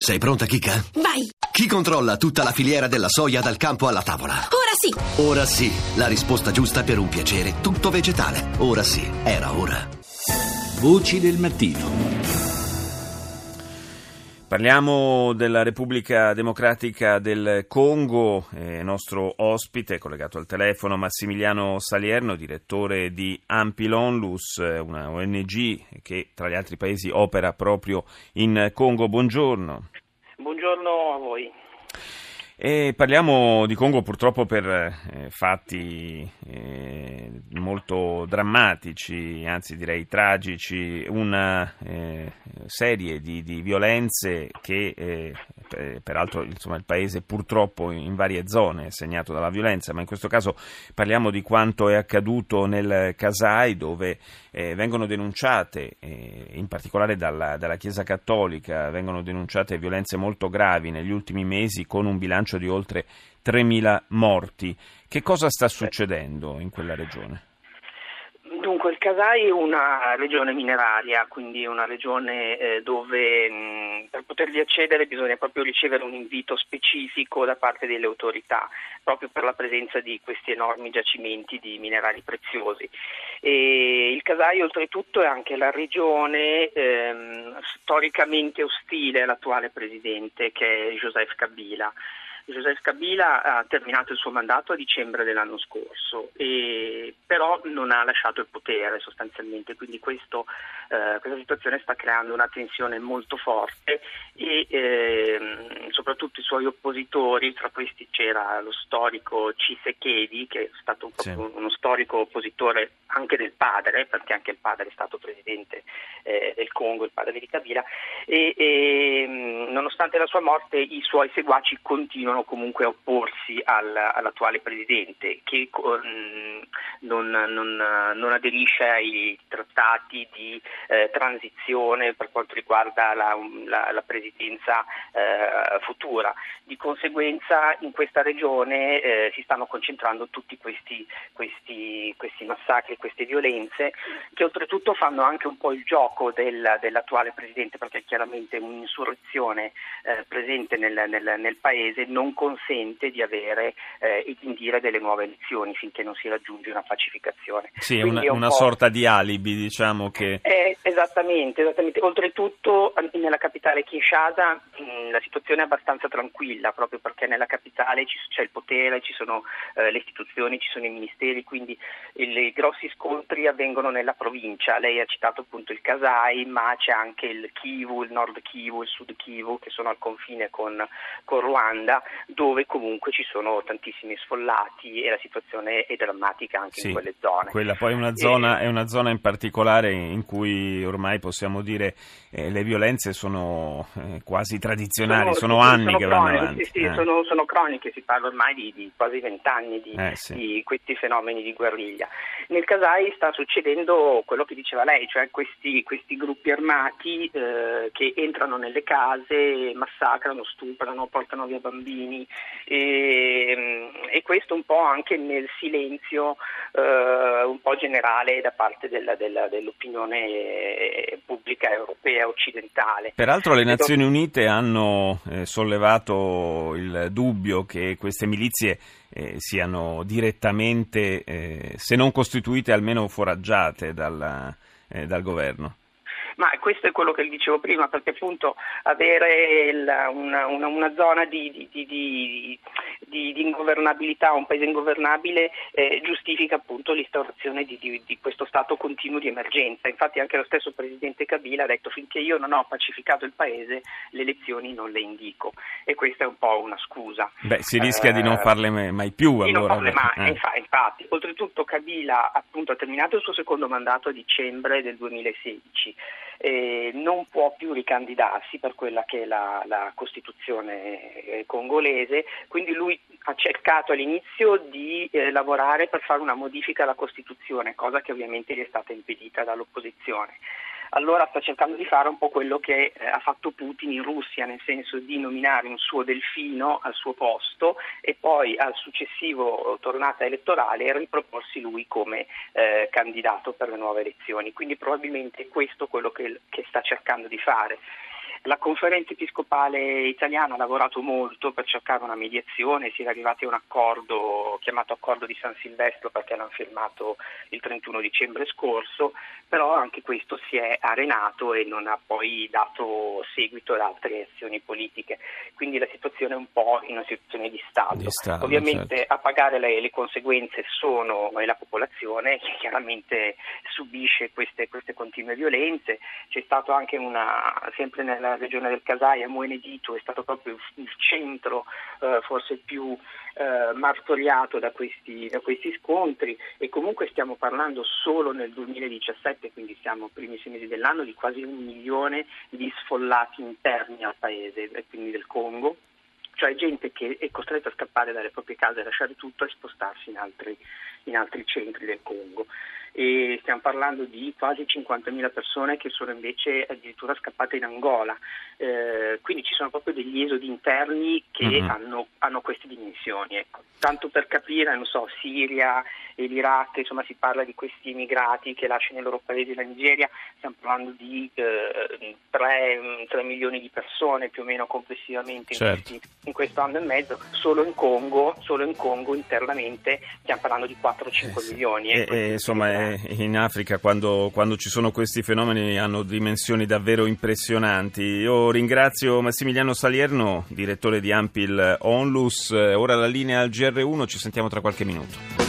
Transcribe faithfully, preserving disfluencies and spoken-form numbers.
Sei pronta, Kika? Vai! Chi controlla tutta la filiera della soia dal campo alla tavola? Ora sì! Ora sì, la risposta giusta per un piacere tutto vegetale. Ora sì, era ora. Voci del mattino. Parliamo della Repubblica Democratica del Congo, eh, nostro ospite collegato al telefono Massimiliano Salierno, direttore di Ampilonlus, una O N G che tra gli altri paesi opera proprio in Congo. Buongiorno. Buongiorno a voi. E parliamo di Congo purtroppo per eh, fatti eh, molto drammatici, anzi direi tragici, una eh, serie di, di violenze che eh, peraltro insomma, il paese purtroppo in varie zone è segnato dalla violenza, ma in questo caso parliamo di quanto è accaduto nel Kasai, dove eh, vengono denunciate, eh, in particolare dalla, dalla Chiesa Cattolica, vengono denunciate violenze molto gravi negli ultimi mesi con un bilancio di oltre tremila morti. Che cosa sta succedendo in quella regione? Dunque, il Kasai è una regione mineraria, quindi una regione eh, dove mh, per potervi accedere bisogna proprio ricevere un invito specifico da parte delle autorità, proprio per la presenza di questi enormi giacimenti di minerali preziosi. E il Kasai oltretutto è anche la regione ehm, storicamente ostile all'attuale presidente, che è Joseph Kabila. Joseph Kabila ha terminato il suo mandato a dicembre dell'anno scorso, e però non ha lasciato il potere sostanzialmente, quindi questo, eh, questa situazione sta creando una tensione molto forte e eh, soprattutto i suoi oppositori, tra questi c'era lo storico Tshisekedi, che è stato un, sì. uno storico oppositore anche del padre, perché anche il padre è stato presidente eh, del Congo, il padre di Kabila, e, e nonostante la sua morte i suoi seguaci continuano comunque a opporsi al, all'attuale presidente, che um, non, non, non aderisce ai trattati di eh, transizione per quanto riguarda la, la, la presidenza eh, futura. Di conseguenza in questa regione eh, si stanno concentrando tutti questi, questi, questi massacri, queste violenze, che oltretutto fanno anche un po' il gioco del, dell'attuale presidente, perché chiaramente un'insurrezione eh, presente nel, nel, nel paese non consente di avere eh, e di indire delle nuove elezioni finché non si raggiunge una pacificazione. Sì, è Quindi una, è un una po'... sorta di alibi, diciamo che... Eh, esattamente, esattamente. Oltretutto nella capitale Kinshasa mh, la situazione è abbastanza tranquilla, proprio perché nella capitale ci, c'è il potere, ci sono eh, le istituzioni, ci sono i ministeri, quindi il, i grossi scontri avvengono nella provincia. Lei ha citato appunto il Kasai, ma c'è anche il Kivu, il Nord Kivu, il Sud Kivu, che sono al confine con, con Ruanda, dove comunque ci sono tantissimi sfollati e la situazione è drammatica anche sì, in quelle zone. Quella poi è una zona, e... è una zona in particolare in cui ormai possiamo dire eh, le violenze sono eh, quasi tradizionali, sono, sono anni sono che croniche, vanno avanti. Sì, sì, eh. sono, sono croniche, si parla ormai di, di quasi vent'anni di, eh, sì. di questi fenomeni di guerriglia. Nel Kasai sta succedendo quello che diceva lei, cioè questi, questi gruppi armati eh, che entrano nelle case, massacrano, stuprano, portano via bambini e, e questo un po' anche nel silenzio eh, un po' generale da parte della, della, dell'opinione pubblica europea occidentale. Peraltro le Nazioni Unite hanno eh, sollevato il dubbio che queste milizie eh, siano direttamente, eh, se non costituite, almeno foraggiate dal, eh, dal governo. Ma questo è quello che dicevo prima, perché appunto avere il, una, una, una zona di, di, di, di, di, di ingovernabilità, un paese ingovernabile, eh, giustifica appunto l'instaurazione di, di, di questo stato continuo di emergenza. Infatti anche lo stesso presidente Kabila ha detto: finché io non ho pacificato il paese le elezioni non le indico, e questa è un po' una scusa. Beh, si rischia eh, di non farle mai più. Di allora, non farle mai, eh. infatti, infatti. Oltretutto Kabila appunto ha terminato il suo secondo mandato a dicembre del duemilasedici. Eh, non può più ricandidarsi per quella che è la, la Costituzione congolese, quindi lui ha cercato all'inizio di eh, lavorare per fare una modifica alla Costituzione, cosa che ovviamente gli è stata impedita dall'opposizione. Allora sta cercando di fare un po' quello che eh, ha fatto Putin in Russia, nel senso di nominare un suo delfino al suo posto e poi al successivo tornata elettorale riproporsi lui come eh, candidato per le nuove elezioni. Quindi probabilmente questo è quello che, che sta cercando di fare. La conferenza episcopale italiana ha lavorato molto per cercare una mediazione, si è arrivati a un accordo chiamato Accordo di San Silvestro perché l'hanno firmato il trentuno dicembre scorso, però anche questo si è arenato e non ha poi dato seguito ad altre azioni politiche, quindi la situazione è un po' in una situazione di Stato. Di Stato, Ovviamente certo. A pagare le, le conseguenze sono la popolazione che chiaramente subisce queste, queste continue violenze. C'è stato anche una, sempre nella regione del Kasai, a Moeneditu, è stato proprio il centro eh, forse più eh, martoriato da questi, da questi scontri, e comunque stiamo parlando solo nel duemiladiciassette, quindi siamo ai primi sei mesi dell'anno, di quasi un milione di sfollati interni al paese, quindi del Congo, cioè gente che è costretta a scappare dalle proprie case, a lasciare tutto e spostarsi in altri, in altri centri del Congo. E stiamo parlando di quasi cinquantamila persone che sono invece addirittura scappate in Angola, eh, quindi ci sono proprio degli esodi interni che mm-hmm. hanno, hanno queste dimensioni, ecco. Tanto per capire, non so, Siria e l'Iraq, insomma si parla di questi immigrati che lasciano i loro paesi, la Nigeria, stiamo parlando di eh, tre milioni di persone più o meno complessivamente, certo. in, questi, in questo anno e mezzo. Solo in Congo, solo in Congo internamente stiamo parlando di quattro cinque eh sì. milioni. Ecco. E, e, insomma eh, in Africa quando, quando ci sono questi fenomeni hanno dimensioni davvero impressionanti. Io ringrazio Massimiliano Salierno, direttore di Ampil Onlus. Ora la linea al G R uno, ci sentiamo tra qualche minuto.